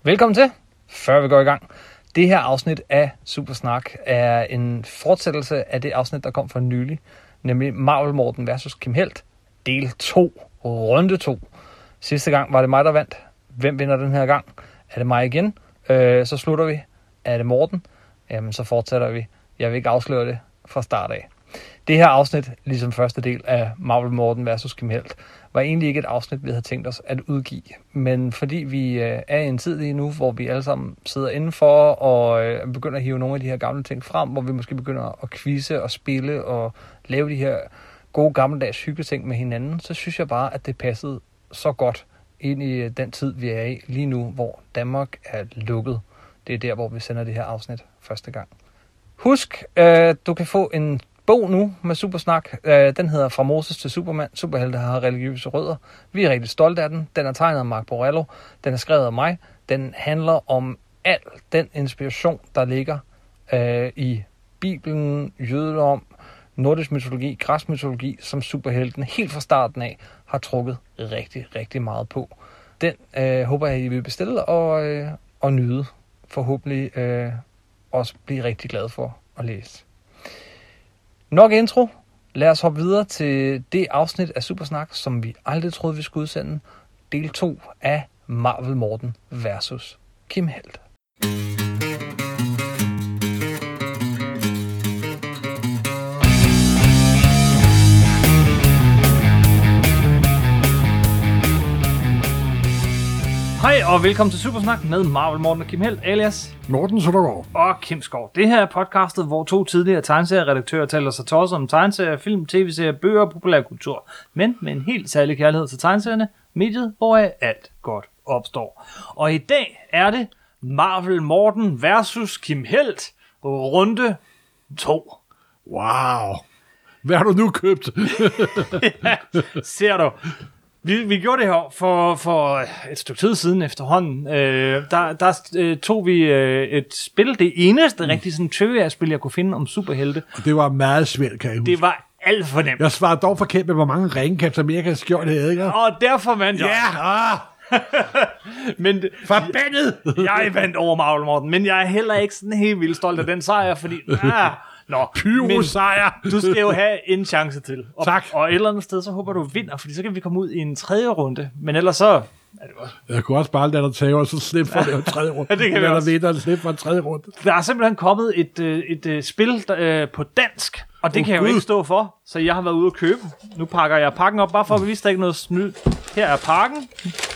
Velkommen til, før vi går i gang. Det her afsnit af Supersnak er en fortsættelse af det afsnit, der kom for nylig, nemlig Marvel Morten versus Kim Helt, del 2, runde 2. Sidste gang var det mig, der vandt. Hvem vinder den her gang? Er det mig igen? Så slutter vi. Er det Morten? Jamen, så fortsætter vi. Jeg vil ikke afsløre det fra start af. Det her afsnit, ligesom første del af Marvel Morten versus Kim Helt, var egentlig ikke et afsnit, vi havde tænkt os at udgive. Men fordi vi er i en tid lige nu, hvor vi alle sammen sidder indenfor og begynder at hive nogle af de her gamle ting frem, hvor vi måske begynder at quizze og spille og lave de her gode gammeldags hyggeting med hinanden, så synes jeg bare, at det passede så godt ind i den tid, vi er i lige nu, hvor Danmark er lukket. Det er der, hvor vi sender det her afsnit første gang. Husk, du kan få en bog nu med Supersnak. Den hedder Fra Moses til Superman. Superhelte har religiøse rødder. Vi er rigtig stolte af den. Den er tegnet af Mark Borello. Den er skrevet af mig. Den handler om al den inspiration, der ligger i Bibelen, jødedom, nordisk mytologi, græsk mytologi, som superhelten helt fra starten af har trukket rigtig, rigtig meget på. Den håber jeg, I vil bestille og nyde. Forhåbentlig også blive rigtig glad for at læse. Nok intro. Lad os hoppe videre til det afsnit af Supersnak, som vi aldrig troede, vi skulle udsende. Del 2 af Marvel Morten versus Kim Helt. Hej og velkommen til Supersnak med Marvel Morten og Kim Helt, alias Morten Søndergaard og Kim Skov. Det her er podcastet, hvor to tidligere tegneserieredaktører taler sig tosset om tegneserier, film, tv-serier, bøger og populærkultur. Men med en helt særlig kærlighed til tegneserierne, mediet, hvor alt godt opstår. Og i dag er det Marvel Morten versus Kim Helt, runde 2. Wow. Hvad har du nu købt? Ja, ser du. Vi gjorde det her for et stykke tid siden efterhånden. Der tog vi et spil, det eneste rigtig sådan trivia-spil, jeg kunne finde om superhelte. Og det var meget svært, kan jeg huske. Det var alt for nemt. Jeg svarede dog forkert med, hvor mange ringe Captain Amerikas skjold havde, ikke? Og derfor vandt jeg. Ja! Men Forbandet! Jeg vandt over Marvel Morten, men jeg er heller ikke sådan helt vildt stolt af den sejr, fordi... Pyro-sejr! Du skal jo have en chance til. Tak. Og et eller andet sted, så håber du vinder, fordi så kan vi komme ud i en tredje runde. Men ellers så er det godt. Jeg kunne også bare lade dig tage, og så slippe for en tredje runde. Ja, det kan vi også. Lade dig slippe for en tredje runde. Der er simpelthen kommet et spil på dansk, og det kan jeg jo ikke stå for, så jeg har været ude at købe. Nu pakker jeg pakken op, bare for at bevise, der ikke noget snyd. Her er pakken.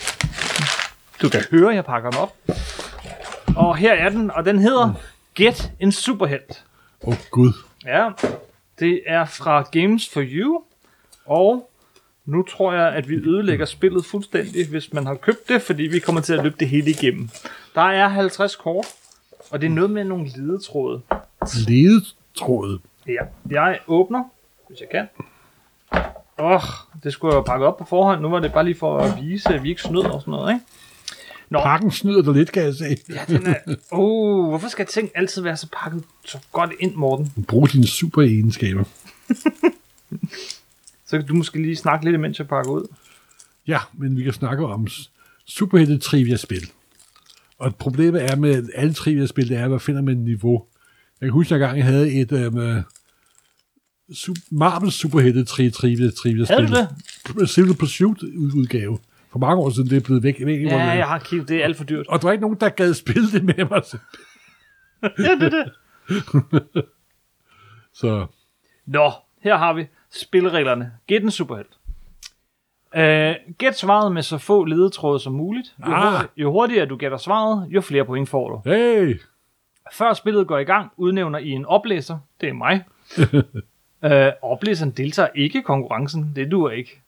Du kan høre, jeg pakker den op. Og her er den, og den hedder Get en Superhelt. Gud. Ja, det er fra Games for You, og nu tror jeg, at vi ødelægger spillet fuldstændig, hvis man har købt det, fordi vi kommer til at løbe det hele igennem. Der er 50 kort, og det er noget med nogle ledetråde. Ledetråde? Ja, jeg åbner, hvis jeg kan. Det skulle jeg jo pakke op på forhånd. Nu var det bare lige for at vise, at vi ikke snød og sådan noget, ikke? Nå. Pakken snyder dig lidt, kan jeg sige. Ja, den er... hvorfor skal ting altid være så pakket så godt ind, Morten? Brug dine superegenskaber. Så kan du måske lige snakke lidt, imens jeg pakker ud. Ja, men vi kan snakke om superhelte-trivia-spil. Og problemet er med alle trivia-spil, det er, hvad finder man et niveau. Jeg kan huske, at jeg havde et Marvel superhelte-trivia-spil. Havde du det? Civil Pursuit-udgave. For mange år siden, det er blevet væk. Ja, jeg har kigget. Det er alt for dyrt. Og der var ikke nogen, der gad spille det med mig. Ja, det er det. Så. Nå, her har vi spillereglerne. Gæt en superhelt. Gæt svaret med så få ledetråde som muligt. Jo hurtigere du gætter svaret, jo flere point får du. Hey! Før spillet går i gang, udnævner I en oplæser. Det er mig. Oplæseren deltager ikke i konkurrencen. Det duer ikke.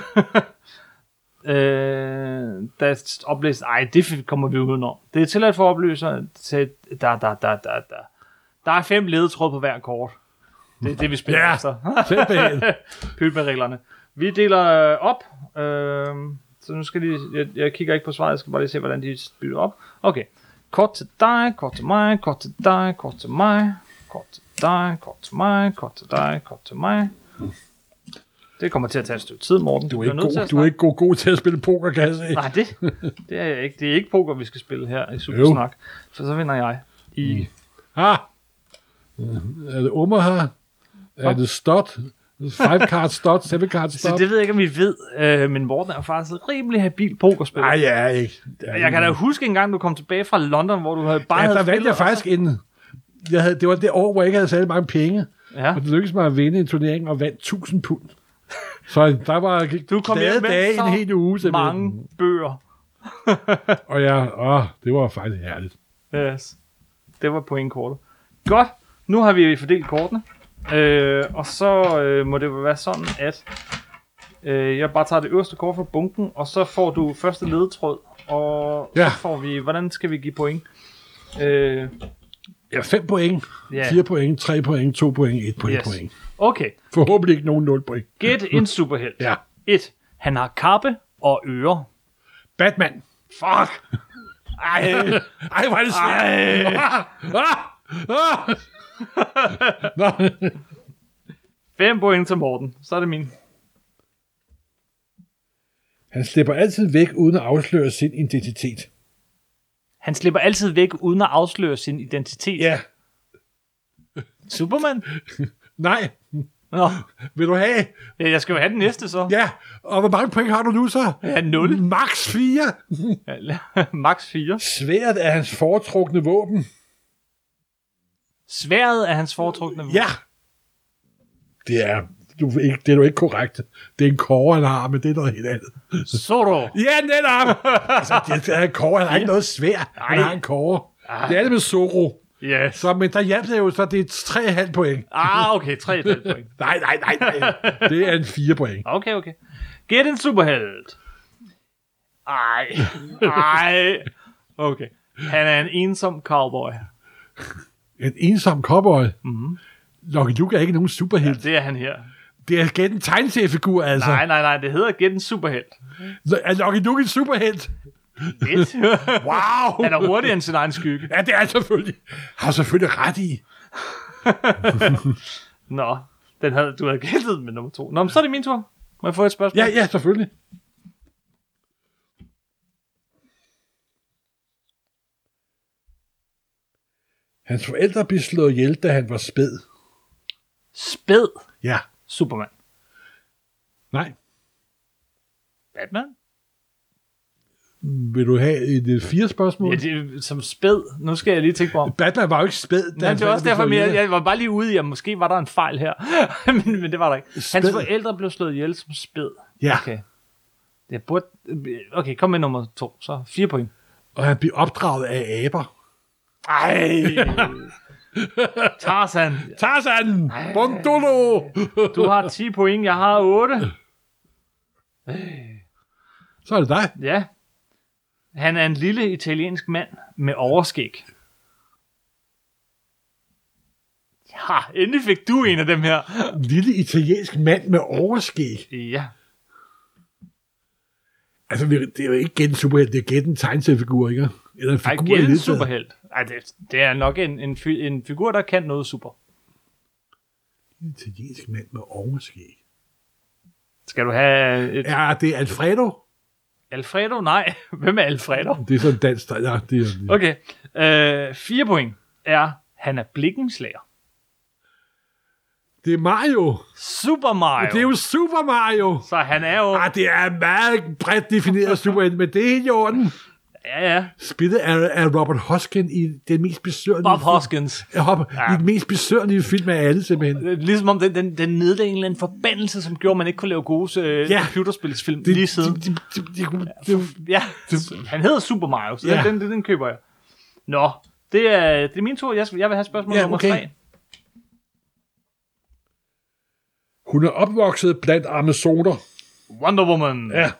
Der oplæser... Ej, det kommer vi udenom. Det er tilladt for oplæsere til... Der er 5 ledetråde på hver kort. Det er det, vi spiller efter. Pyt med reglerne. Vi deler op. Så nu skal jeg kigger ikke på svaret. Jeg skal bare lige se, hvordan de spiller op. Okay. Kort til dig, kort til mig, kort til dig, kort til mig, kort til dig, kort til mig, kort til dig, kort til mig. Det kommer til at tage et stykke tid, Morten. Du er ikke god til at spille poker, kan jeg sige. Nej, det er jeg ikke. Det er ikke poker, vi skal spille her i Supersnak. For så vinder jeg i... Er det Omaha? Er det Stott? 5-card Stott? 7-card Stott? Så det ved jeg ikke, om vi ved. Men Morten er jo faktisk rimelig habil pokerspiller. Nej, jeg er ikke. Jeg kan da huske en gang, du kom tilbage fra London, hvor du havde bare... Ja, der vandt jeg faktisk inden. Det var det år, hvor jeg ikke havde særlig mange penge. Ja. Og det lykkedes mig at vinde en turnering og vandt 1000 pund. Så der var du kom hjem med en hel uge. Mange bøger. Og det var faktisk herligt. Yes. Det var pointkortet. Godt. Nu har vi fordelt kortene. Og så må det være sådan, at jeg bare tager det øverste kort fra bunken, og så får du første ledetråd, og så får vi, hvordan skal vi give point? 5 point, 4 point, 3 point, 2 point, 1 point. Point. Okay. Forhåbentlig ikke nogen 0 point. Gæt en superhelt. Ja. 1. Han har kappe og ører. Batman. Fuck. Ej, hvor er det svært. 5 point til Morten. Så er det min. Han slipper altid væk uden at afsløre sin identitet. Han slipper altid væk uden at afsløre sin identitet. Ja. Superman? Nej. Nå. Vil du have? Ja, jeg skal jo have den næste så. Ja, og hvor mange point har du nu så? Ja, 0. Max 4. Max 4. Sværdet er hans foretrukne våben. Sværdet er hans foretrukne våben? Ja. Det er du ikke korrekt. Det er en kåre, han har, men det er noget helt andet. Zoro. Ja, netop! Altså, det er en kåre, han har ikke noget svært. Han har en kåre. Det er det med Zoro. Yes. Så, men der hjalp det jo, så det er 3,5 point. Okay, 3,5 point. Nej. Det er en 4 point. Okay. Gæt en superhelt. Ej. Okay. Han er en ensom cowboy. En ensom cowboy? Mhm. Lucky Luke er ikke nogen superhelt. Ja, det er han her. Det er Gæt en tegneseriefigur, altså. Nej, det hedder Gæt en superhelt. Er Lucky Luke en superhelt? Lidt. Wow! Han er hurtigere end sin egen skygge. Ja, det er selvfølgelig. Har selvfølgelig ret i. Nå, du havde gættet med nummer 2. Nå, men så er det min tur. Må jeg få et spørgsmål? Ja, selvfølgelig. Hans forældre blev slået ihjel, da han var spæd. Spæd? Ja. Superman. Nej. Batman? Vil du have et 4 spørgsmål? Ja, det er som spæd. Nu skal jeg lige tænke på om. Batman var jo ikke spæd. Nej, det var også derfor, jeg var bare lige ude i, at måske var der en fejl her. men det var der ikke. Hans forældre blev slået ihjel som spæd. Ja. Okay, kom med nummer 2. Så 4 point. Og han blev opdraget af aber. Ej. Tarzan. Bondolo. Du har 10 point, jeg har 8. Så er det dig. Ja. Han er en lille italiensk mand med overskæg. Ja, endelig fik du en af dem her. En lille italiensk mand med overskæg. Ja. Altså, det er jo ikke Gæt en superhelt, det er Gæt en tegneseriefigur, ikke? Eller en figur Gæt en superhelt. Ej, det er nok en figur, der kan noget super. En italiensk mand med overskæg. Skal du have et... Ja, det er Alfredo. Alfredo? Nej. Hvem er Alfredo? Det er sådan dansk. Ja, det er... Okay. 4 point er, han er blikkenslager. Det er Mario. Super Mario. Det er jo Super Mario. Så han er jo... Det er meget bredt defineret superhelt, men det er helt i orden. Ja. Spillet af Robert Hoskins i den mest besøgende... Bob Hoskins. I den mest besøgende film af alle, simpelthen. Ligesom om den nedlagde en eller anden forbandelse, som gjorde, at man ikke kunne lave gode computerspilsfilm lige siden. Han hedder Super Mario, så den køber jeg. Nå, det er min tur. Jeg vil have spørgsmål nummer 3. Hun er opvokset blandt amazoner. Wonder Woman. Ja.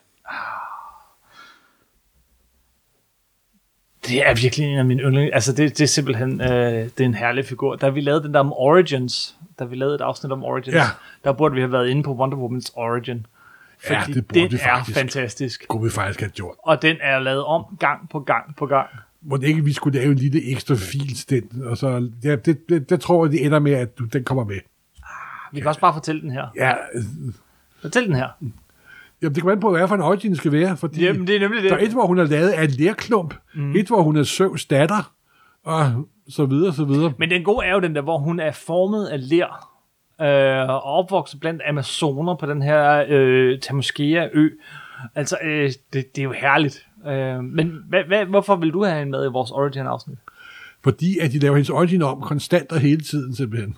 Det er virkelig en af mine yndlinge. Altså, det er simpelthen det er en herlig figur. Da vi lavede den der om Origins, da vi lavede et afsnit om Origins, der burde vi have været inde på Wonder Woman's Origin. Fordi det den er fantastisk. Kunne vi faktisk have gjort. Og den er lavet om gang på gang på gang. Hvor det ikke vi skulle lave en lille ekstra fil til den. Og så, det tror jeg, det ender med, at den kommer med. Vi kan også bare fortælle den her. Ja. Fortæl den her. Jamen, det kan man på, hvad for en origin skal være, fordi Jamen, det er nemlig det. der er et, hvor hun er lavet af en lerklump, et, hvor hun er Zeus datter, og så videre, så videre. Men den gode er jo den der, hvor hun er formet af ler, og opvokset blandt amazoner på den her Themyscira-ø. Altså, det er jo herligt. Men hvorfor vil du have hende med i vores Origin-afsnit? Fordi at de laver hendes origin om konstant og hele tiden, simpelthen.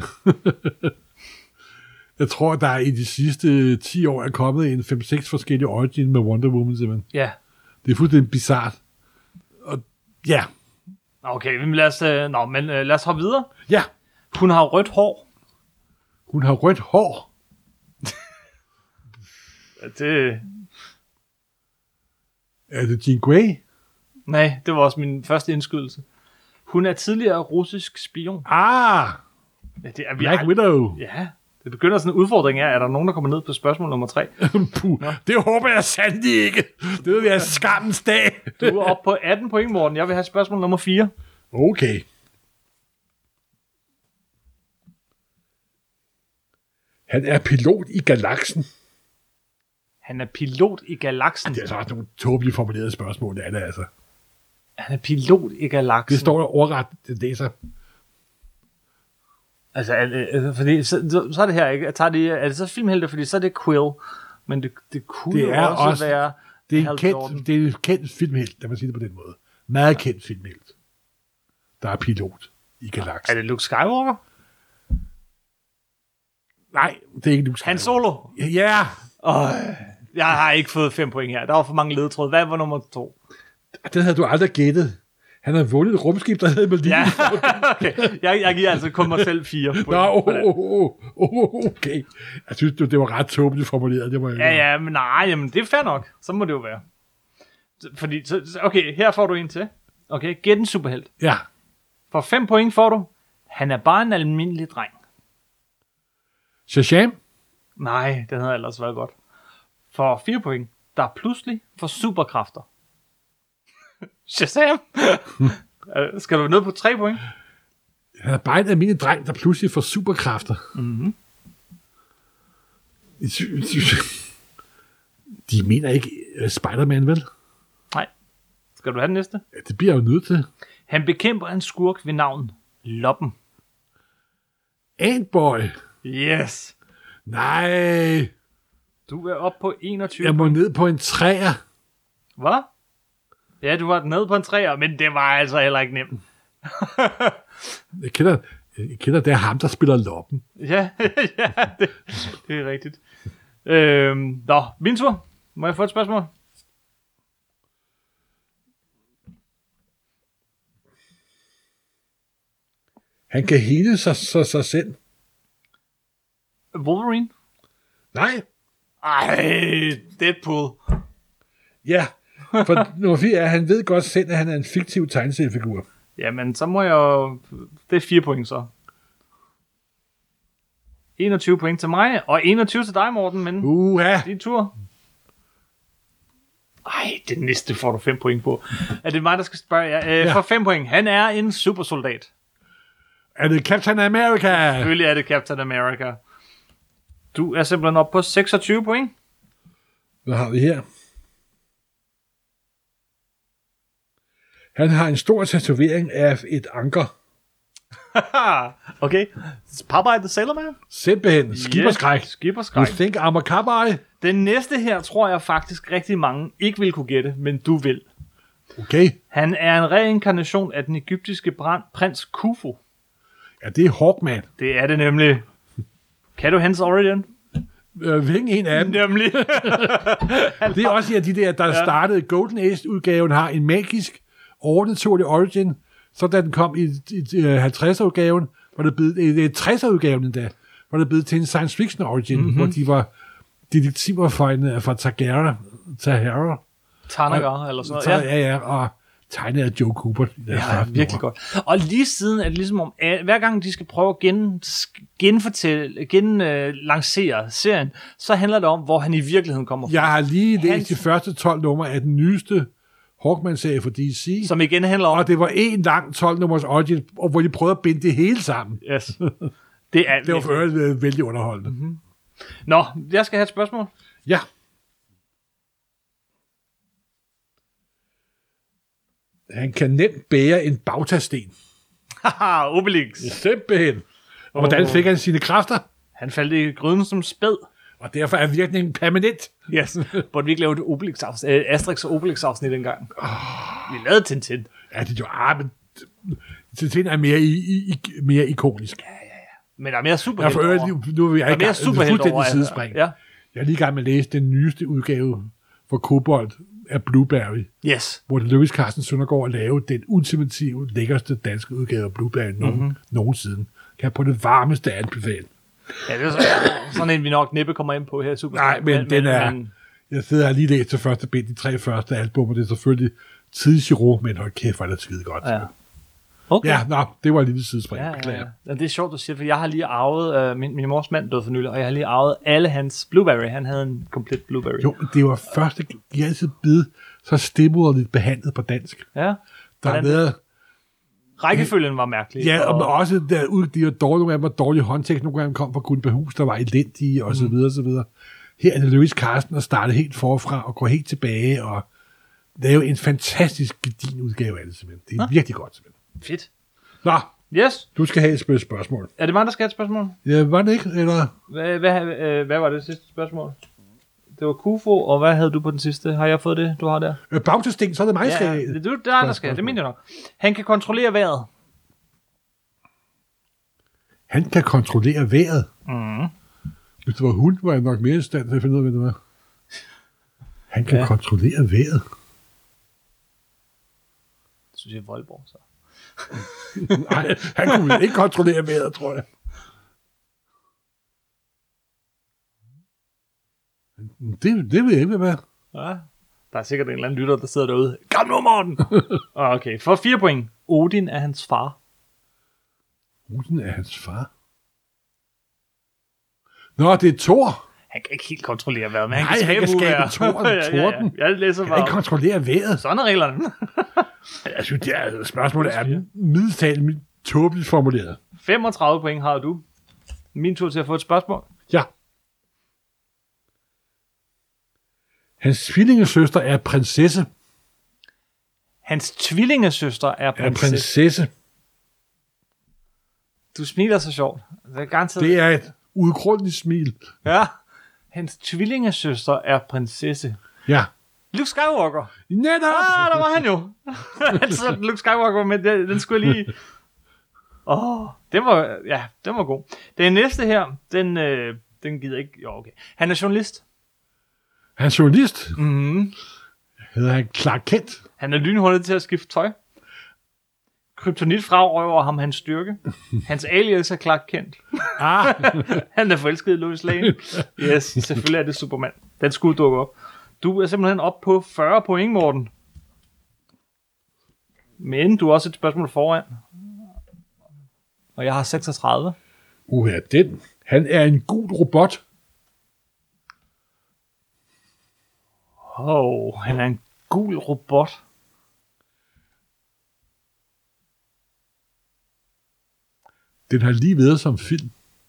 Jeg tror, der i de sidste 10 år er kommet en 5-6 forskellige origin med Wonder Woman, simpelthen. Ja. Det er fuldstændig bizart. Og ja. Okay, men lad os hoppe videre. Ja. Hun har rødt hår. Hun har rødt hår. Det... Er det Jean Grey? Nej, det var også min første indskydelse. Hun er tidligere russisk spion. Ah! Ja, det er, Black Widow. Ja, det begynder sådan en udfordring af, er der nogen, der kommer ned på spørgsmål nummer 3? Puh, det håber jeg sandelig ikke. Det vil være skammens dag. Du er oppe på 18 point, Morten. Jeg vil have spørgsmål nummer 4. Okay. Han er pilot i galaksen. Han er pilot i galaksen. Det er så også nogle tåbeligt formulerede spørgsmål, det er det altså. Han er pilot i galaksen. Det står der ordret, det er så. Altså, fordi, så er det her, ikke? Er det så filmhelte, fordi så er det Quill. Men det kunne det jo er også være det er Hal Jordan. det er en kendt filmhelt, lad mig sige det på den måde. Meget kendt filmhelt. Der er pilot i galaksen. Er det Luke Skywalker? Nej, det er ikke Luke Skywalker. Han Solo? Ja! Jeg har ikke fået 5 point her. Der var for mange ledetråde. Hvad var nummer 2? Det havde du aldrig gættet. Han har vundet et rumskib, der hedder Maldives. Ja, okay. Jeg giver altså kun mig selv 4 point. Okay. Jeg synes, det var ret tåbeligt formuleret. Det var Ja, men nej, jamen, det er fair nok. Så må det jo være. Fordi, okay, her får du en til. Okay, gæt en superhelt. Ja. For 5 point får du. Han er bare en almindelig dreng. Shazam? Nej, den havde ellers været godt. For 4 point. Der er pludselig for superkræfter. Shazam! Skal du ned på 3 point? Han er bare en almindelig dreng, der pludselig får superkræfter. Mhm. De mener ikke Spider-Man, vel? Nej. Skal du have den næste? Ja, det bliver jeg jo nødt til. Han bekæmper en skurk ved navn Loppen. Ant-Boy. Yes. Nej. Du er oppe på 21. Jeg må ned på en 3'er. Hvad? Ja, du var nede på en 3'er, men det var altså heller ikke nemt. Jeg kender, det er ham, der spiller Loppen. Ja, ja, det er rigtigt. Min tur. Må jeg få et spørgsmål? Han kan hele sig selv. Wolverine? Nej. Ej, Deadpool. Ja, for nummer 4 er, at han ved godt selv, at han er en fiktiv tegneseriefigur. Jamen, så må jeg jo... Det er 4 point så. 21 point til mig, og 21 til dig, Morten, men din tur. Ej, det næste får du 5 point på. Er det mig, der skal spørge jer? Ja. For 5 point. Han er en supersoldat. Er det Captain America? Selvfølgelig er det Captain America. Du er simpelthen oppe på 26 point. Hvad har vi her? Han har en stor tatovering af et anker. Okay. Popeye the Sailor Man? Simpelthen. Skipperskræk. Yes, skipperskræk. You think I'm a cowboy? Den næste her tror jeg faktisk rigtig mange ikke vil kunne gætte, men du vil. Okay. Han er en reinkarnation af den egyptiske prins Khufu. Ja, det er Hawkman. Det er det nemlig. Kan du hans origin? Hvilken en af dem? Nemlig. Det er også de der, der startede Golden Age-udgaven, har en magisk overnaturlig origin. Så da den kom i 50'er-udgaven, var det blevet 60'er-udgaven endda, var det blevet til en science fiction origin, hvor de var detektiver fra Tahara. Tanagar, eller sådan noget. Ja, og tegnet af Joe Cooper. Ja, virkelig godt. Og lige siden er det ligesom om, hver gang de skal prøve at lancere serien, så handler det om, hvor han i virkeligheden kommer fra. Jeg har lige læst de første 12 numre af den nyeste Hawkman-serie for DC. Som igen handler om... Og det var en lang 12-nummers origin, hvor de prøvede at binde det hele sammen. Yes. Det var for øvrigt vældig underholdende. Mm-hmm. Nå, jeg skal have et spørgsmål. Ja. Han kan nemt bære en bautasten. Haha, Obelix. Simpelthen. Og hvordan fik han sine kræfter? Han faldt i gryden som spæd. Og derfor er virkningen permanent. Yes. Burde vi ikke lave et Asterix og Obelix-afsnit engang? Vi lavede Tintin. Ja, det er jo... men Tintin er mere ikonisk. Men der er mere superhelt over. Nu er vi der er mere superhelt over. Sidespring. Ja. Jeg er lige i gang med at læse den nyeste udgave for Kobold af Blueberry. Yes. Hvor Lewis Carsten Søndergaard lavede den ultimative, lækkerste danske udgave af Blueberry nogensinde. Kan jeg på det varmeste anbefale. Ja, det er sådan en, vi nok næppe kommer ind på her. Super. Nej, men den er... Jeg sidder og lige læst til første bind, de 3 første album, og det er selvfølgelig Tidsgiro, men hold kæft, hvor er det skide godt. Ja. Okay. Ja, det var en lille sidespring. Ja. Det er sjovt, du siger, for jeg har lige arvet, min mors mand døde for nylig, og jeg har lige arvet alle hans Blueberry. Han havde en komplet Blueberry. Jo, det var første, de altid blevet så stimuleret behandlet på dansk. Ja. Der har været... Rækkefølgen var mærkelig. Ja, og også derude, de var dårlige, nogle af dem var dårlige håndtekst, nogle af dem kom fra Guldberghus, der var elendige, og så videre, så videre. Her er det Lewis Carsten at starte helt forfra, og gå helt tilbage, og lave en fantastisk gedin udgave af det, simpelthen. Det er virkelig godt, simpelthen. Fedt. Nå, yes. Du skal have et spørgsmål. Er det mig, der skal have et spørgsmål? Ja, var det ikke, eller? Hvad var det sidste spørgsmål? Det var Kufo, og hvad havde du på den sidste? Har jeg fået det, du har der? Bautasten, så er det mig, skal det er der skal. Det mener jeg nok. Han kan kontrollere vejret. Han kan kontrollere vejret? Mm. Hvis det var hund, var jeg nok mere i stand til at finde ud af, hvad det var. Han kan kontrollere vejret. Det synes jeg er Voldborg, så. Nej, han kunne ikke kontrollere vejret, tror jeg. Det vil jeg ikke være. Ja, der er sikkert en eller anden lytter, der sidder derude. Kom nu, Morten! Okay, for 4 point. Odin er hans far. Odin er hans far? Nå, det er Thor. Han kan ikke helt kontrollere vejret, men han kan skabe torden. Ja. Jeg læser bare. Han kan kontrollere vejret. Sådan er reglerne. Jeg synes, det er spørgsmålet er middeltalt tåbeligt formuleret. 35 point har du. Min tur til at få et spørgsmål. Ja. Hans tvillingesøster er prinsesse. Hans tvillingesøster er prinsesse. Du smiler så sjovt. Det er et udgrundeligt smil. Ja. Hans tvillingesøster er prinsesse. Ja. Luke Skywalker. Netop! Der var han jo. Altså, Luke Skywalker, men den skulle lige... den var god. Den næste her, den gider ikke... Jo, okay. Han er journalist. Han er journalist? Mhm. Hedder han Clark Kent? Han er lynhurtig til at skifte tøj. Kryptonit frarøver ham hans styrke. Hans alias er Clark Kent. Han er forelsket i Lois Lane. Yes, selvfølgelig er det Superman. Den skulle dukke op. Du er simpelthen op på 40 point, Morten. Men du er også et spørgsmål foran. Og jeg har 36. Den. Han er en god robot. Han er en gul robot. Den har lige været som film.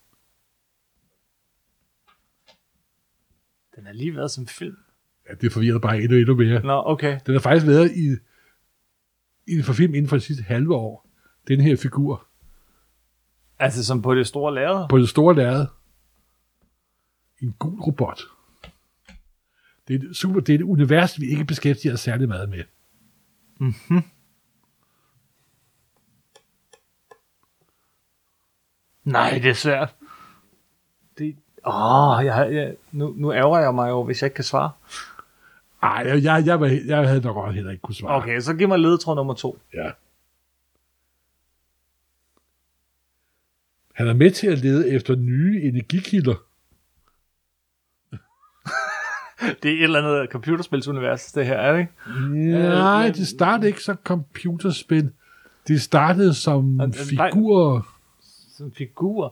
Den har lige været som film? Ja, det forvirrer bare endnu mere. Nå, okay. Den har faktisk været i for film inden for de sidste halve år. Den her figur. Altså som på det store lærred? På det store lærred. En gul robot. Det er et univers, vi ikke beskæftiger os særlig meget med. Mhm. Nej, det er svært. Nu ærger jeg mig over, hvis jeg ikke kan svare. Nej, jeg havde nok også heller ikke kunne svare. Okay, så giv mig ledetråd nummer 2. Ja. Han er med til at lede efter nye energikilder. Det er et eller andet computerspilsunivers, det her, er det ikke? Nej, det startede ikke som computerspil. Det startede som figurer. Som figurer?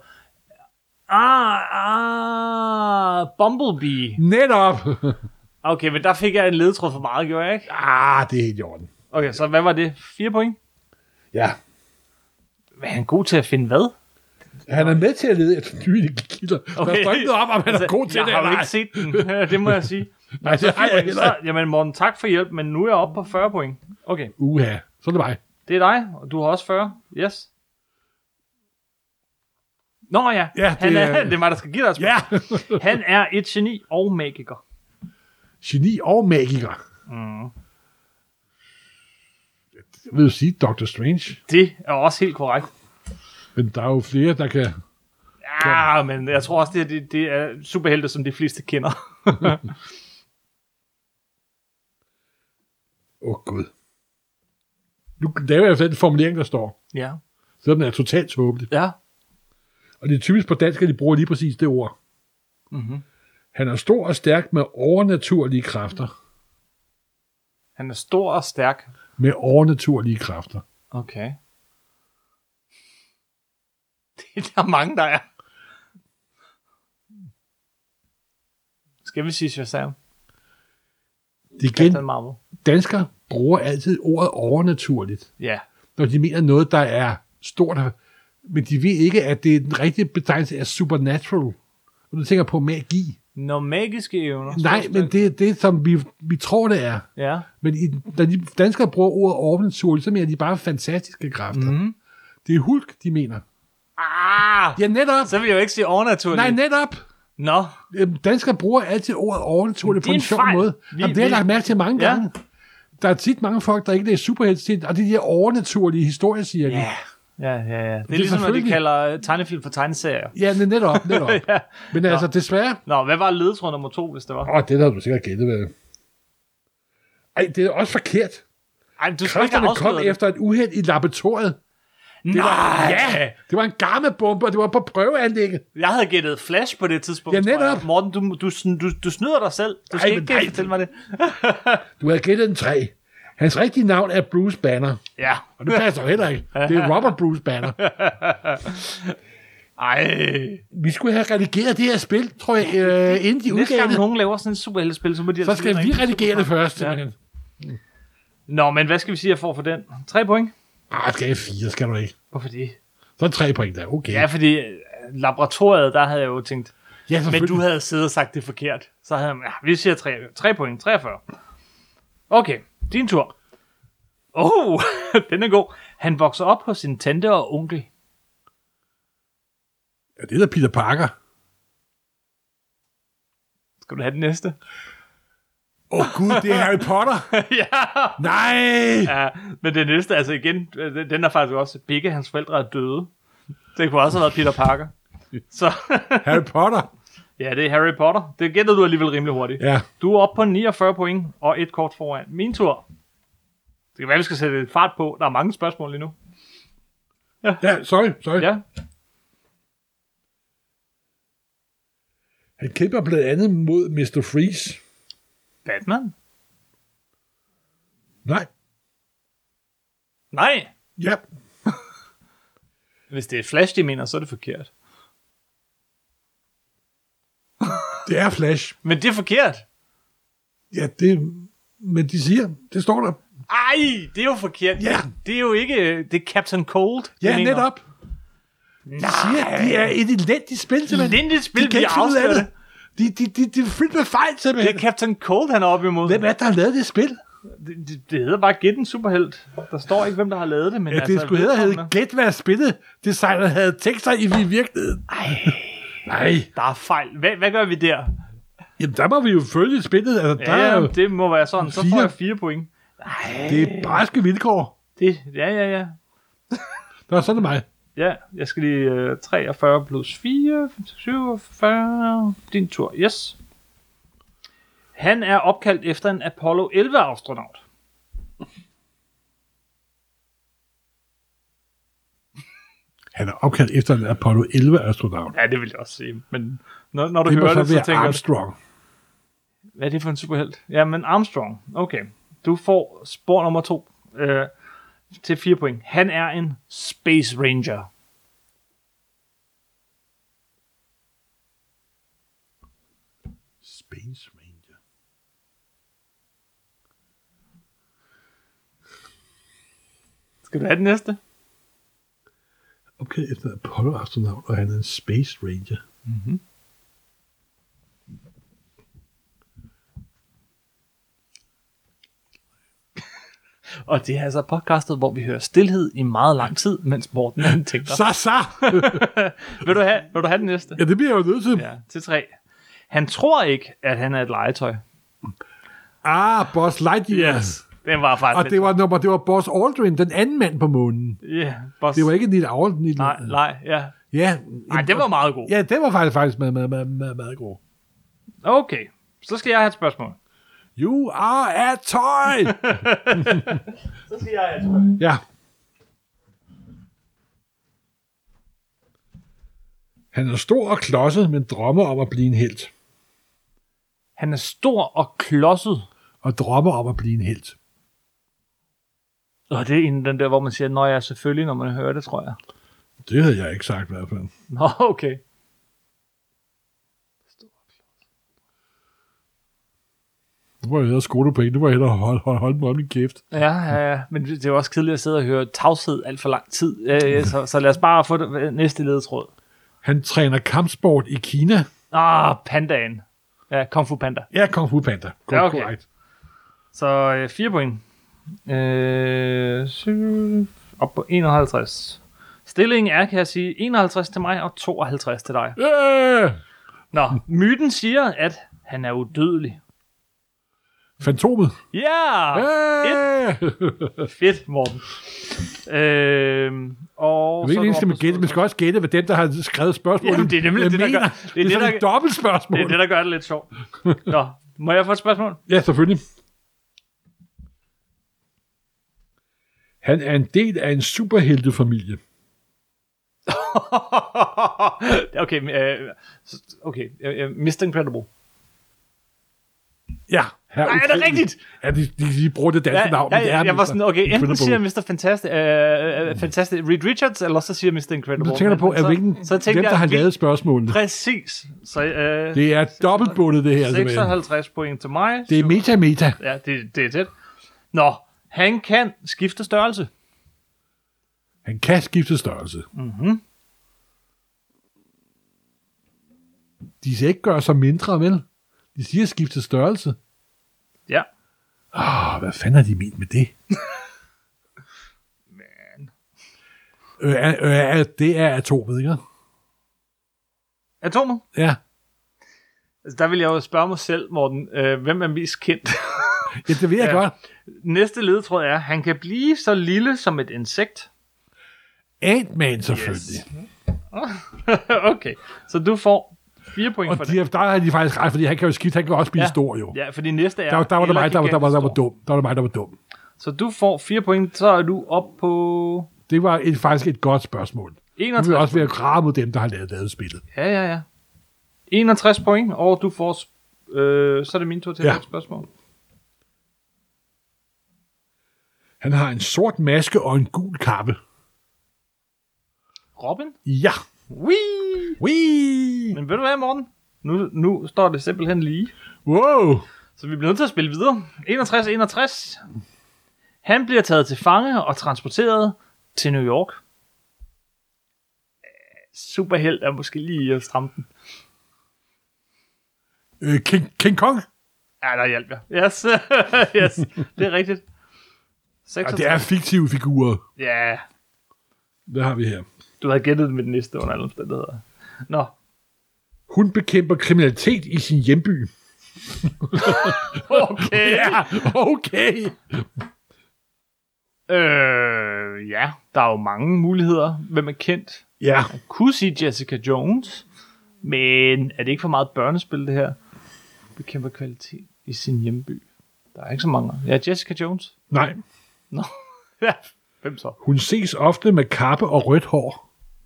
Bumblebee. Netop! Okay, men der fik jeg en ledetråd for meget, gjorde jeg ikke? Det er helt i orden. Okay, så hvad var det? 4 point? Ja. Men er han god til at finde hvad? Han er med til at lede efter nye energikilder. Okay. Der står ikke noget om han er god til det. Jeg har jo ikke set den, det må jeg sige. Nej, det har jeg heller ikke. Jamen Morten, tak for hjælp, men nu er jeg oppe på 40 point. Okay. Uha, så er det mig. Det er dig, og du har også 40. Yes. Nå ja, det er mig, der skal give dig et spørgsmål. Ja. Han er et geni og magiker. Geni og magiker. Jeg vil sige Dr. Strange. Det er også helt korrekt. Men der er jo flere, der kan... Ja, men jeg tror også, det er superhelte, som de fleste kender. Gud. Nu laver jeg den formulering, der står. Ja. Så den er totalt tåbelig. Ja. Og det er typisk på dansk, at de bruger lige præcis det ord. Mm-hmm. Han er stor og stærk med overnaturlige kræfter. Han er stor og stærk. Med overnaturlige kræfter. Okay. Det er der mange, der er. Skal vi sige Shazam? Det igen, danskere bruger altid ordet overnaturligt. Ja. Når de mener noget, der er stort. Men de ved ikke, at det er den rigtige betegnelse af supernatural. Når du tænker på magi. Når magiske evner. Nej, men det er det, som vi tror, det er. Ja. Men når de danskere bruger ordet overnaturligt, så mener de bare fantastiske kræfter. Mm-hmm. Det er Hulk, de mener. Ja, netop. Så vil jeg jo ikke sige overnaturligt. Nej, netop. Nå. Danskere bruger altid ordet overnaturligt på en sjov måde. Jamen, det har jeg lagt mærke til mange gange. Der er tit mange folk, der ikke læser superhelte, og det er de her overnaturlige historiesirkel. Ja. Ja. Det er ligesom, når de kalder tegnefilm for tegneserier. Ja, netop. Ja. Men altså, desværre... Nå, hvad var ledetråd nummer 2, hvis det var? Det havde du sikkert gættet ved. Ej, det er også forkert. Kræfterne kom efter et uheld i laboratoriet. Det var en gammebombe, og det var på prøveanlægget. Jeg havde gættet Flash på det tidspunkt. Ja, netop. Morten, du snyder dig selv. Du skal ikke fortælle mig det. Du havde gættet en 3. Hans rigtige navn er Bruce Banner. Ja. Og det passer heller ikke. Det er Robert Bruce Banner. Ej. Vi skulle have redigeret det her spil, tror jeg, inden de udgav det. Næste gang nogen laver sådan en superheltespil, så må de... Så skal vi redigere det først. Ja. Nå, men hvad skal vi sige, jeg får for den? 3 point? Skal jeg 4, skal du ikke. Hvorfor det? Så er 3 point der, okay. Ja, fordi laboratoriet, der havde jeg jo tænkt... Ja, men du havde siddet og sagt det forkert. Så havde jeg... vi siger 3 point. 43. Okay, din tur. Den er god. Han vokser op hos sin tante og onkel. Ja, det er da Peter Parker. Skal du have den næste? Gud, det er Harry Potter. Ja. Nej. Ja, men det næste, altså igen, den er faktisk også, begge hans forældre er døde. Det kunne også have været Peter Parker. Så. Harry Potter. Ja, det er Harry Potter. Det gætter du alligevel rimelig hurtigt. Ja. Du er oppe på 49 point og et kort foran. Min tur. Det kan være, vi skal sætte et fart på. Der er mange spørgsmål lige nu. Ja, sorry. Ja. Han kæmper blandt andet mod Mr. Freeze. Batman? Nej. Ja. Hvis det er Flash, de mener, så er det forkert. Det er Flash. Men det er forkert. Ja, men de siger, det står der. Ej, det er jo forkert. Ja. Det er jo ikke, det er Captain Cold. Ja, netop. De siger, det er et elendigt spil, simpelthen. Elendigt spil, vi afslører det. De er fyldt med fejl, simpelthen. Det er Captain Cold, han er oppe imod. Hvem er der har lavet det spil? Det hedder bare Gæt en superhelt. Der står ikke, hvem der har lavet det. Men ja, det skulle hedde Gæt, hvad spillet designer havde tænkt sig i virkeligheden. Nej. Der er fejl. Hvad gør vi der? Jamen, der må vi jo følge spillet. Altså, der ja, er jo det må være sådan. Så får jeg 4 point. Det er barske vilkår. Ja. Nå, så er det mig. Ja, jeg skal lige 43 plus 4, 47, din tur, yes. Han er opkaldt efter en Apollo 11-astronaut. Han er opkaldt efter en Apollo 11-astronaut. Ja, det vil jeg også sige. Men når du hører det, så tænker jeg... Armstrong. Hvad er det for en superhelt? Ja, men Armstrong. Okay. Du får spor nummer 2 til 4 point. Han er en Space Ranger. Space Ranger. Skal du have den næste? opkaldt efter en Apollo-astronaut, og han er en Space Ranger. Mm-hmm. Og det er altså podcastet, hvor vi hører stillhed i meget lang tid, mens Morten han tænker. Så! Vil du have den næste? Ja, det bliver jeg jo nødt til. Ja, til 3. Han tror ikke, at han er et legetøj. Buzz Lightyear. Yes. Den var faktisk Og det var Buzz Aldrin, den anden mand på månen. Yeah, Buzz. Det var ikke Neil Aldrin. Nej, ja. Ja. Nej, det var meget god. Ja, det var faktisk meget god. Okay, så skal jeg have et spørgsmål. You are a toy! Så skal jeg have et spørgsmål. Ja. Han er stor og klodset, men drømmer om at blive en helt. Han er stor og klodset. Og drømmer om at blive en helt. Og det er en den der, hvor man siger, nå ja, selvfølgelig, når man hører det, tror jeg. Det havde jeg ikke sagt i hvert fald. Nå, okay. Nu var jeg hellere skolepenge. Nu var jeg hellere holde mig om min kæft. Ja, men det er jo også kedeligt at sidde og høre tavshed alt for lang tid. Så lad os bare få det næste ledetråd. Han træner kampsport i Kina. Pandaen. Ja, Kung Fu Panda. Ja, Kung Fu Panda. Ja, okay. Correct. Så 4 point. Op på 51. Stillingen er, kan jeg sige, 51 til mig og 52 til dig. Yeah! Nå, myten siger, at han er udødelig. Fantomet. Ja! Yeah! Fedt, Morten. Og jeg ved ikke, skal man gætte. Man skal også gætte, hvad den, der har skrevet spørgsmålet. Jamen, det er nemlig det, der gør det er et dobbelt spørgsmål. Det er det, der gør det lidt sjovt. Nå, må jeg få et spørgsmål? Ja, selvfølgelig. Han er en del af en superheltefamilie. Okay, Mr. Incredible. Ja. Nej, er det rigtigt? Ja, de bruger det danske navn. Jeg var sådan, okay, enten siger Mr. Fantastic Reed Richards, eller så siger Mr. Incredible. Du tænker på, at hvem der har lavet spørgsmålene. Præcis. Så, det er dobbeltbundet, det her. 56 point til mig. Det er meta. Ja, det er tæt. Nå, han kan skifte størrelse. Han kan skifte størrelse. Mhm. De skal ikke gøre sig mindre, vel? De siger skifte størrelse. Ja. Hvad fanden har de ment med det? Man. Det er atomet, ikke? Atomet? Ja. Altså, der vil jeg jo spørge mig selv, Morten, hvem er mest kendt? Ja, det ved jeg godt. Næste ledetråd er, han kan blive så lille som et insekt. Ant-Man selvfølgelig. Yes. Okay, så du får 4 point for det. Der har de faktisk ret, fordi han kan jo skifte, han kan også blive stor jo. Ja, fordi næste er... Der var det mig, der var dum. Så du får 4 point, så er du op på... Det var faktisk et godt spørgsmål. 61. Nu vil også være krav mod dem, der har lavet spillet. Ja. 61 point, og du får... så er det min tur til et spørgsmål. Han har en sort maske og en gul kappe. Robin? Ja. Whee! Men ved du hvad, Morten? Nu står det simpelthen lige. Wow! Så vi bliver nødt til at spille videre. 61. Han bliver taget til fange og transporteret til New York. Superhelt er måske lige at stramme den. King Kong? Ja, der hjalp jeg. Yes, det er rigtigt. 66. Det er fiktive figurer. Ja. Det har vi her. Du havde gættet det med den næste under alle omstændigheder. Nå. Hun bekæmper kriminalitet i sin hjemby. Okay. Ja, okay. Ja, der er jo mange muligheder. Hvem er kendt? Ja. Jeg kunne sige Jessica Jones, men er det ikke for meget børnespil, det her? Bekæmper kvalitet i sin hjemby. Der er ikke så mange. Ja, Jessica Jones. Nej. Nå. Ja, hvem så? Hun ses ofte med kappe og rødt hår.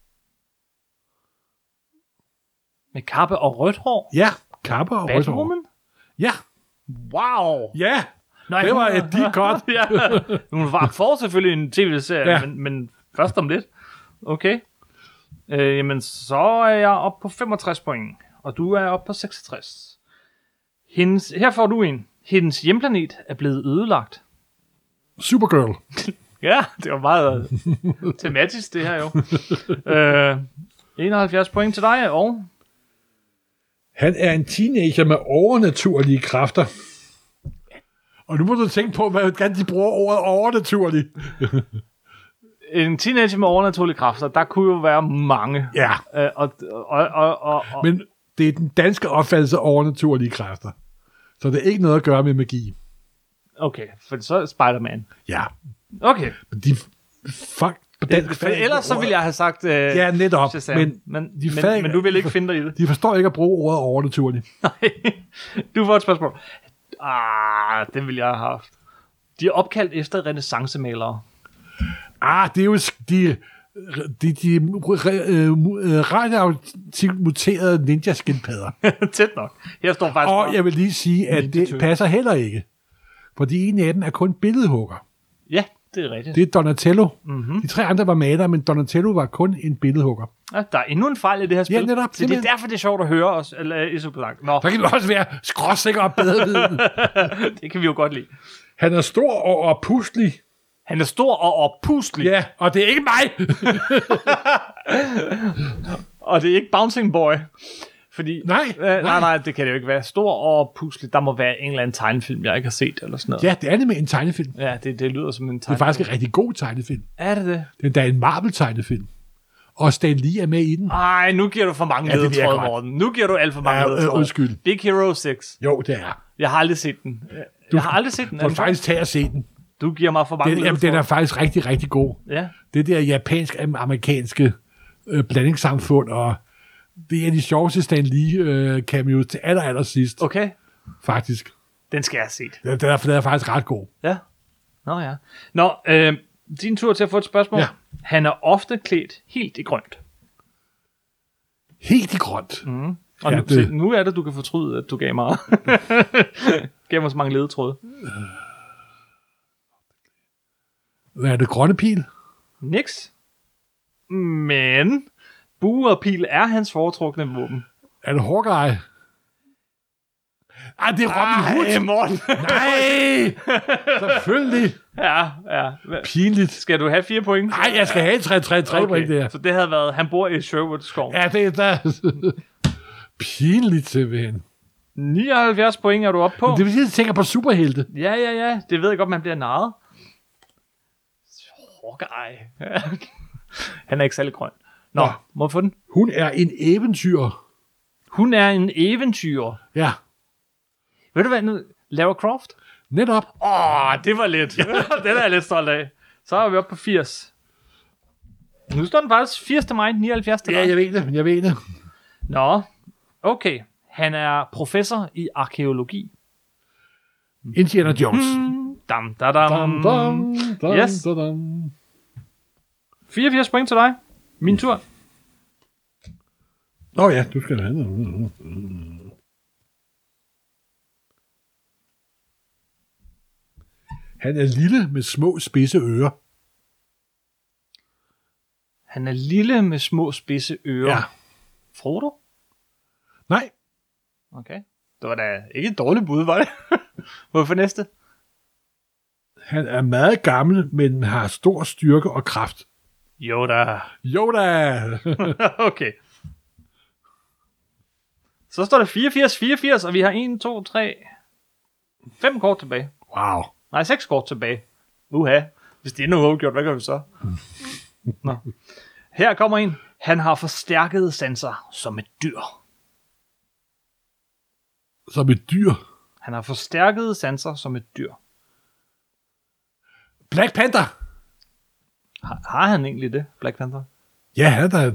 Med kappe og rødt hår? Ja, kappe og rødt hår. Batwoman? Ja. Wow. Ja, nej, det var et dit godt. Ja. Hun får selvfølgelig en tv-serie, ja. men først om lidt. Okay. Jamen, så er jeg oppe på 65 point, og du er oppe på 66. Her får du en. Hendes hjemplanet er blevet ødelagt. Supergirl. Ja, det var meget tematisk, det her jo. 71 point til dig, og... Han er en teenager med overnaturlige kræfter. Og nu må du tænke på, hvordan de bruger ordet overnaturlig. En teenager med overnaturlige kræfter, der kunne jo være mange. Ja. Men det er den danske opfattelse af overnaturlige kræfter. Så det er ikke noget at gøre med magi. Okay, for så er Spider-Man. Ja. Okay. Men de... Fuck. Ellers så ville jeg have sagt... ja, netop. Men du vil ikke finde dig i det. De forstår ikke at bruge ordet overnaturligt. Nej. Du får et spørgsmål. Det vil jeg have haft. De er opkaldt efter renaissancemalere. Det er jo de radioaktivt muterede ninja-skildpadder. Tæt nok. Her står faktisk... Og jeg vil lige sige, at det passer heller ikke. Fordi en af dem er kun billedhugger. Ja, det er rigtigt. Det er Donatello. Mm-hmm. De 3 andre var malere, men Donatello var kun en billedhugger. Ja, der er endnu en fejl i det her spil. Ja, netop. Så det er derfor, det er sjovt at høre os i Supersnak. Nå. Så kan du også være skråsikker og bedrevidende. Det kan vi jo godt lide. Han er stor og oppustelig. Han er stor og oppustelig. Ja, og det er ikke mig. Og det er ikke Bouncing Boy. Fordi, nej, det kan det jo ikke være. Stor og oppustelig, der må være en eller anden tegnefilm, jeg ikke har set, eller sådan noget. Ja, det er det med en tegnefilm. Ja, det lyder som en tegnefilm. Det er faktisk en rigtig god tegnefilm. Er det det? Det er en Marvel-tegnefilm. Og Stan Lee er med i den. Ej, nu giver du for mange ledetråde, Morten. Nu giver du alt for mange ledetråde. Undskyld. Big Hero 6. Jo, det er. Jeg har aldrig set den. Du må faktisk tage og se den. Du giver mig for mange ledetråde. Den er faktisk rigtig, rigtig god. Ja. Det der japansk-amerikanske blandingssamfund, og det er de sjoveste Stan Lee cameos til aller sidst. Okay. Faktisk. Den skal jeg have set. Den er faktisk ret god. Ja. Nå, din tur til at få et spørgsmål. Ja. Han er ofte klædt helt i grønt. Helt i grønt? Mm. Og nu er det, du kan fortryde, at du gav mig så mange ledetråde. Hvad er det, grønne pil? Niks. Men bue og pil er hans foretrukne våben. Er det Hawkeye? Det er Robin Hood. Morten. Nej, selvfølgelig. Ja. Pinligt. Skal du have 4 point? Nej, jeg skal have 3 point der. Så det havde været, han bor i Sherwood-skoven. Ja, det er der. Pinligt simpelthen. 79 point er du oppe på. Men det vil sige, at du tænker på superhelte. Ja. Det ved jeg godt, man bliver narret. Hawkeye. Han er ikke særlig grøn. Nå, må jeg få den? Hun er en eventyr. Hun er en eventyr. Ja. Ved du hvad nu? Lara Croft? Netop. Det var lidt. Den er jeg lidt stolt af. Så er vi oppe på 80. Nu står den faktisk 80 til mig, 79 til dig. Ja, jeg ved det. Nå, okay. Han er professor i arkæologi. Indiana Jones. Dam. Yes. 84 point til dig. Min tur. Ja, du skal have noget. Han er lille med små spidse ører. Han er lille med små spidse ører. Ja. Frodo? Nej. Okay. Det var da ikke et dårligt bud, var det? Hvorfor næste? Han er meget gammel, men har stor styrke og kraft. Yoda. Okay. Så står der 84, og vi har 1, 2, 3, 5 kort tilbage. Wow. Nej, 6 kort tilbage. Hvis det er noget uafgjort, hvad gør vi så? Nå. Her kommer en. Han har forstærkede sanser som et dyr. Som et dyr? Han har forstærkede sanser som et dyr. Black Panther? Har han egentlig det, Black Panther? Ja, han er der.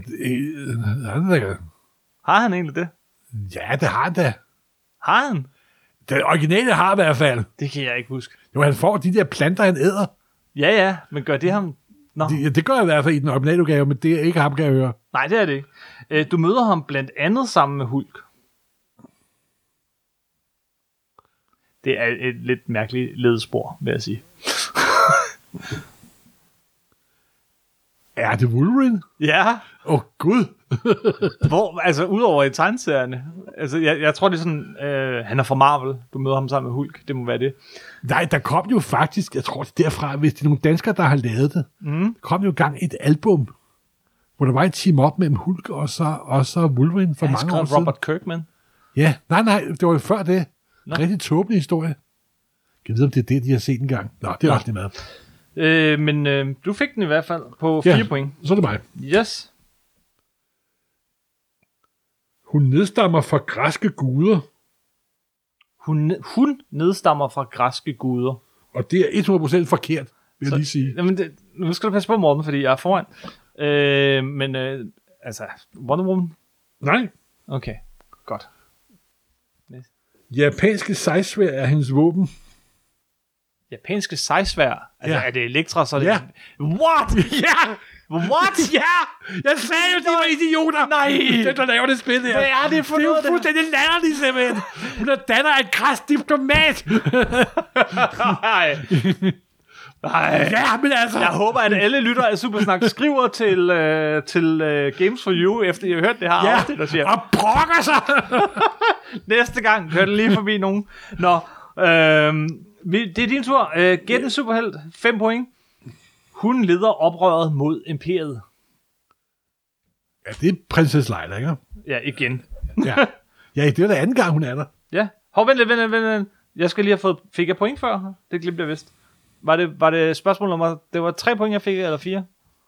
Har han egentlig det? Ja, det har han da. Har han? Den originale har i hvert fald. Det kan jeg ikke huske. Jo, han får de der planter, han æder. Ja, men gør det ham... Nå. Det gør jeg i hvert fald i den originale udgave, men det er ikke ham, kan jeg høre. Nej, det er det ikke. Du møder ham blandt andet sammen med Hulk. Det er et lidt mærkeligt ledespor, vil jeg sige. Er det Wolverine? Ja. Gud. Hvor, altså, udover i tegneserierne. Altså, jeg tror, det er sådan, han er fra Marvel. Du møder ham sammen med Hulk. Det må være det. Nej, der kom jo faktisk, jeg tror det er derfra, hvis det er nogle danskere, der har lavet det, der kom jo gang et album, hvor der var et team-up mellem Hulk og så Wolverine for mange år siden. Robert Kirkman. Ja, nej, det var jo før det. Rigtig tåbelig historie. Jeg ved, om det er det, de har set engang. Nå, det er også lige med. Men du fik den i hvert fald på 4 point. Så er det mig. Yes. Hun nedstammer fra græske guder. Hun nedstammer fra græske guder. Og det er 100% forkert, vil jeg lige sige. Jamen nu skal du passe på, Morten, fordi jeg er foran. Altså, Wonder Woman? Nej. Okay, godt. Japanske sejsvær er hendes våben. Japanske sejsvær? Altså, er det Elektra, så er det... Ja. What? Ja! What? Ja! Jeg sagde jo, de var idioter! Nej! Det, der laver det spil her. Hvad er det for noget? Det er jo fuldstændig latterligt, simpelthen. Hun er datter af en græsk diplomat. Nej. Ja, men altså... Jeg håber, at alle lyttere af Supersnak skriver til Games for You, efter I har hørt det her afsnit, og siger... og brokker sig! Næste gang kører det lige forbi nogen. Nå, det er din tur. Gæt en superhelt. 5 point. Hun leder oprøret mod imperiet. Ja, det er prinsesse Leila, ikke? Ja, igen. Ja, det er da anden gang, hun er der. Ja. Hov, vent lidt. Jeg skal lige have fået... Fik jeg point før? Det glemte jeg vist. Var det spørgsmål nummer... Det var 3 point, jeg fik, eller 4?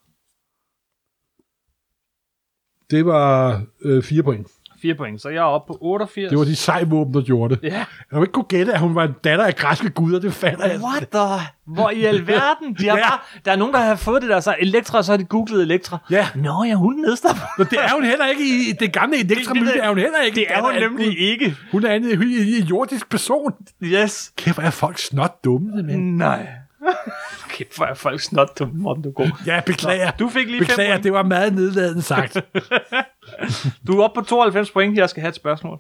Det var 4 point. 4 point, så jeg er oppe på 88. Det var de sejvåben, der gjorde det. Ja. Jeg vil ikke kunne gætte, at hun var en datter af græske guder, det fatter jeg. What the... Hvor i alverden? De har bare, der er nogen, der har fået det der, så Elektra, så har de googlet Elektra. Ja. Nå ja, hun nedstammer. Men det er hun heller ikke i det gamle Elektra-myte, er hun heller ikke. Det er hun nemlig ikke. Hun er en jordisk person. Yes. Kæft, hvor er folk snot dumme, men. Nej. Kæft, hvor er folk snot dumme, Morten, du er god. Ja, beklager. Nå, du fik lige 5 beklager, point. det var meget nedladende sagt. Du er oppe på 92 point, jeg skal have et spørgsmål.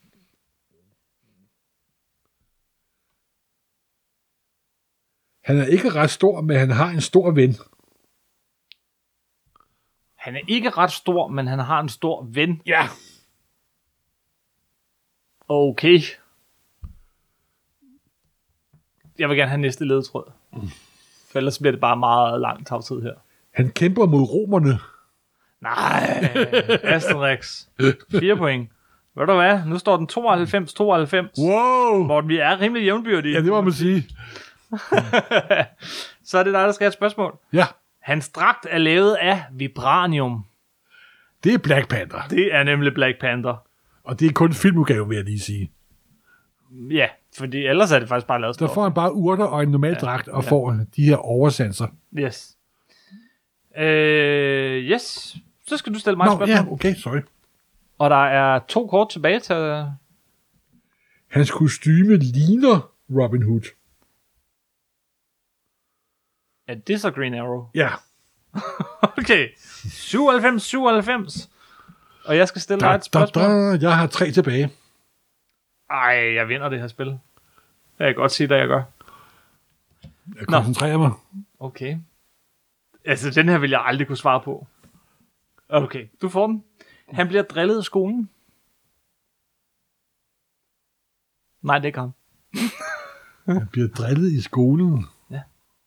Han er ikke ret stor, men han har en stor ven. Han er ikke ret stor, men han har en stor ven. Ja. Okay. Jeg vil gerne have næste ledetråd. For ellers bliver det bare meget lang tavtid her. Han kæmper mod romerne. Nej, Asterix. 4 point. Ved du hvad? Nu står den 92-92. Wow. Morten, vi er rimelig jævnbyrdige. Ja, det må man sige. Så er det dig, der skal have et spørgsmål. Ja. Hans dragt er lavet af vibranium. Det er Black Panther. Det er nemlig Black Panther. Og det er kun filmudgave, vil jeg lige sige. Ja, fordi ellers er det faktisk bare lavet Der får han bare urter og en normal dragt, og får de her oversanser. Yes. Yes. Så skal du stille mig et spørgsmål. Ja, okay, sorry. Og der er 2 kort tilbage til... Hans kostyme ligner Robin Hood. Er det så Green Arrow? Ja. Okay. 97. Og jeg skal stille dig et spørgsmål. Jeg har 3 tilbage. Ej, jeg vinder det her spil. Det kan jeg godt sige, hvad jeg gør. Jeg koncentrerer mig. Okay. Altså, den her vil jeg aldrig kunne svare på. Okay, du får den. Han bliver drillet i skolen. Nej, det er ikke ham. Han bliver drillet i skolen. Ja.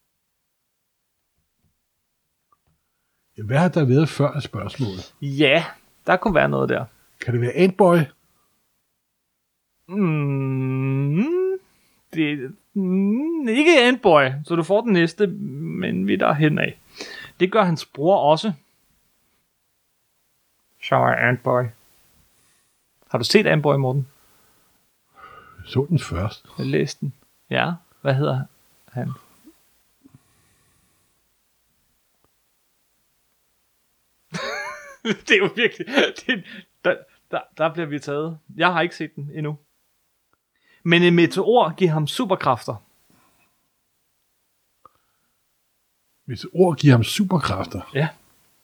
Hvad har der været før af spørgsmålet? Ja, der kunne være noget der. Kan det være Antboy? Det ikke Antboy, så du får den næste, men vi der hen af. Det gør hans bror også. Så er Antboy. Har du set Antboy, Morten? Jeg så den først. Jeg læste den. Ja, hvad hedder han? Det er jo virkelig... Der bliver vi taget. Jeg har ikke set den endnu. Men en meteor giver ham superkræfter. Meteor giver ham superkræfter? Ja.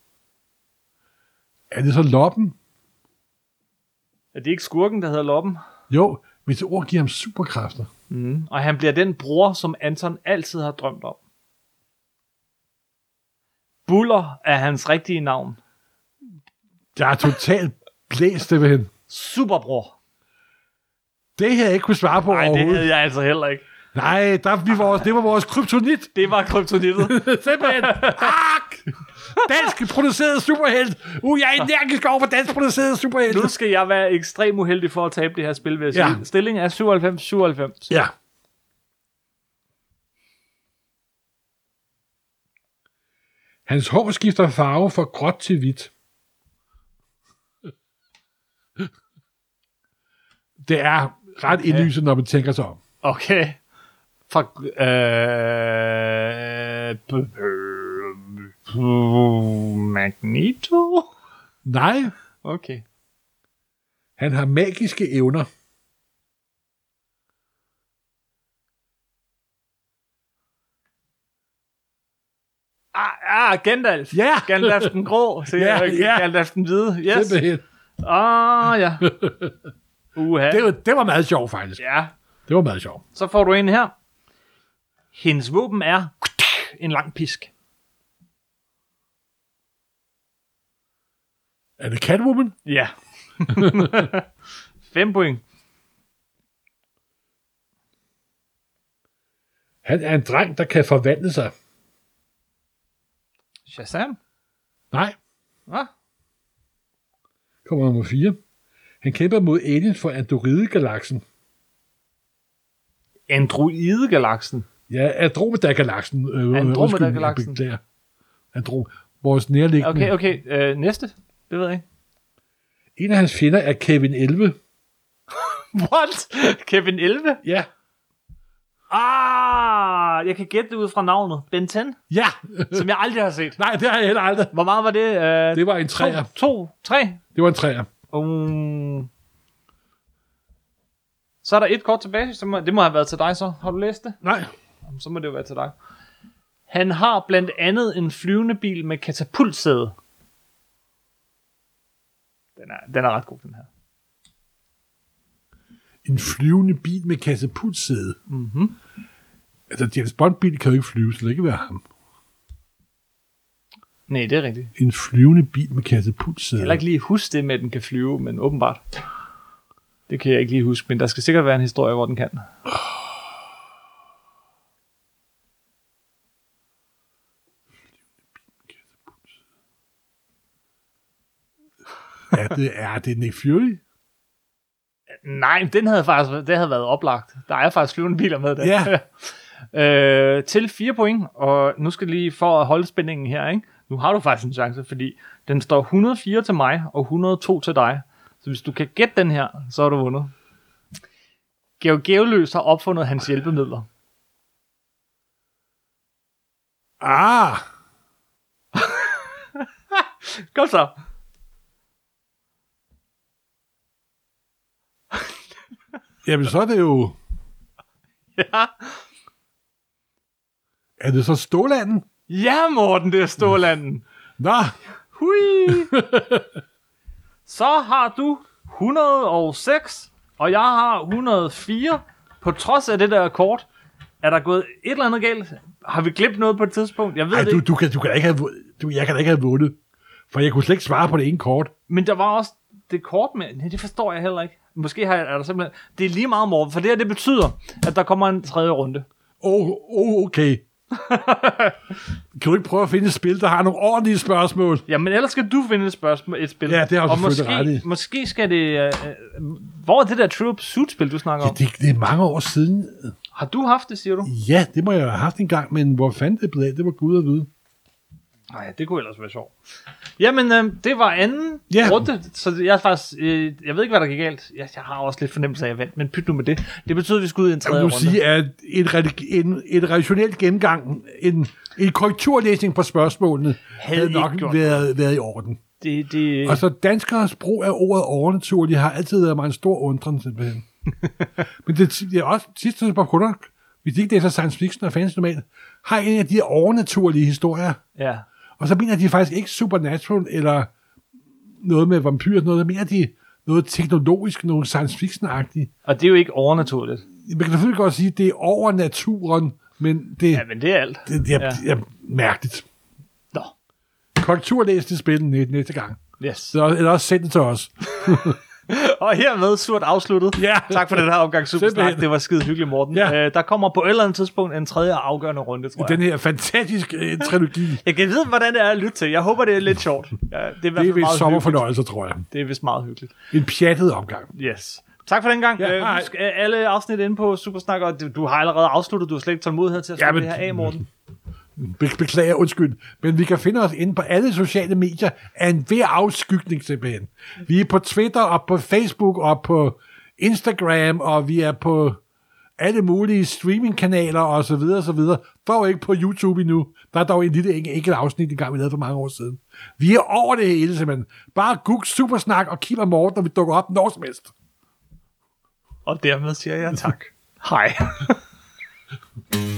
Er det så Loppen? Er det ikke skurken, der hedder Loppen? Jo, meteor giver ham superkræfter. Og han bliver den bror, som Anton altid har drømt om. Buller er hans rigtige navn. Jeg er totalt blæst det ved hende. Superbror. Det her jeg ikke kunne svare på Nej, det overhovedet. havde jeg altså heller ikke. Nej, det var vores kryptonit. Det var kryptonittet. Simpelthen. Dansk produceret superhelt. Jeg er energisk over for dansk produceret superhelt. Nu skal jeg være ekstremt uheldig for at tabe det her spil, vil jeg sige. Ja. Stillingen er 97-97. Ja. Hans hår skifter farve fra gråt til hvidt. Det er ret indlysende, når man tænker sig om. Okay. Magneto? Nej, Okay. han har magiske evner. Gandalf. Ja. Gandalf den grå. Ja. Gandalf den hvide. Yes. Simpelthen. Ja. Uha. Det var meget sjovt, faktisk. Ja. Det var meget sjovt. Så får du en her. Hendes våben er en lang pisk. Er det Catwoman? Ja. 5 point. Han er en dreng, der kan forvandle sig. Shazam? Nej, Hvad? kommer nummer 4. Han kæmper mod aliens for Andromeda-galaksen. Androide-galaksen. Ja, Andromeda-galaksen. Andromeda-galaksen. Beklager. Vores nærliggende. Okay. Næste. Det ved jeg ikke. En af hans fjender er Kevin 11. What? Kevin 11? Ja. Jeg kan gætte det ud fra navnet. Ben 10, Ja. som jeg aldrig har set. Nej, det har jeg heller aldrig. Hvor meget var det? Det var en 3'er. 3? Det var en 3'er. Så er der et kort tilbage. Det må have været til dig så. Har du læst det? Nej. Så må det jo være til dig. Han har blandt andet en flyvende bil med katapultsæde. Den er ret god, den her. En flyvende bil med katapultsæde. Mhm. Altså, James Bond-bil kan jo ikke flyve, så det kan være ham. Nej, det er rigtigt. En flyvende bil med katapultsæde. Jeg kan ikke lige huske det med, at den kan flyve, men åbenbart. Det kan jeg ikke lige huske, men der skal sikkert være en historie, hvor den kan. Er det Nick Fury? Nej, det havde været oplagt. Der er faktisk flyvende biler med der. Ja. Til 4 point, og nu skal lige for at holde spændingen her, ikke? Nu har du faktisk en chance, fordi den står 104 til mig, og 102 til dig. Så hvis du kan gætte den her, så har du vundet. Georg Geoløs har opfundet hans hjælpemidler. Kom så. Jamen, så er det jo... Ja. Er det så Stålanden? Ja, Morten, det er Stålanden. Nå, Hui. Så har du 106, og jeg har 104. På trods af det der kort, er der gået et eller andet galt? Har vi glemt noget på et tidspunkt? Jeg ved det ikke. du kan da ikke have... Jeg kan da ikke have vundet. For jeg kunne slet ikke svare på det ene kort. Men der var også det kort med... Nej, det forstår jeg heller ikke. Måske er der simpelthen... Det er lige meget, Morten, for det her, det betyder, at der kommer en tredje runde. Okay. Kan du ikke prøve at finde et spil, der har nogle ordentlige spørgsmål? Jamen, ellers skal du finde et spil. Ja, det har du og selvfølgelig ret i. måske skal det... hvor er det der True Pursuit-spil, du snakker om? Det er mange år siden. Har du haft det, siger du? Ja, det må jeg have haft en gang, men hvor fanden det blev af? Det var Gud at vide. Nej, det kunne ellers være sjovt. Jamen, det var anden runde, så jeg er faktisk... jeg ved ikke, hvad der gik galt. Jeg har også lidt fornemmelse af, at jeg vandt, men pyt nu med det. Det betyder, at vi skal ud i en tredje runde. Jeg vil sige, at en rationel gennemgang, en korrekturlæsning på spørgsmålene, havde nok været i orden. Og så danskeres brug af ordet overnaturligt har altid været mig en stor undren, simpelthen. Men det er også sidste på kunder, hvis ikke det er så science fiction og fantasy normalt, har en af de overnaturlige historier. Ja. Og så mener de faktisk ikke supernatural, eller noget med vampyrer, noget, der mener de noget teknologisk, noget science fiction-agtigt. Og det er jo ikke overnaturligt. Man kan selvfølgelig godt sige, at det er over naturen, men det, ja, men det er alt. Det er mærkeligt. Nå. korrekturlæs det spil næste gang. Yes. Eller også send det til os. Og hermed surt afsluttet. Ja. Tak for den her omgang Supersnak. Simpelthen. Det var skide hyggeligt, Morten. Ja. Der kommer på et eller andet tidspunkt en tredje afgørende runde, tror jeg. Den her fantastiske trilogi. Jeg kan vide, hvordan det er at lytte til. Jeg håber, det er lidt sjovt. Ja, det er i hvert Det er fald vist meget sommerfornøjelse, tror jeg. hyggeligt. Det er vist meget hyggeligt. En pjattet omgang. Yes. Tak for den gang. Ja, Husk alle afsnit inde på Supersnak, og du har allerede afsluttet. Du har slet ikke tålmodighed til at slutte det her af, Morten. Beklager, undskyld. Men vi kan finde os inde på alle sociale medier af en hver afskygning simpelthen. Vi er på Twitter og på Facebook og på Instagram, og vi er på alle mulige streamingkanaler og så videre, så videre. Dog ikke på YouTube endnu. Der er dog en lille enkelt afsnit, en gang vi lavede for mange år siden. Vi er over det hele simpelthen. Bare Google Supersnak og Kim og Morten, når vi dukker op når som helst. Og dermed siger jeg tak. Hej.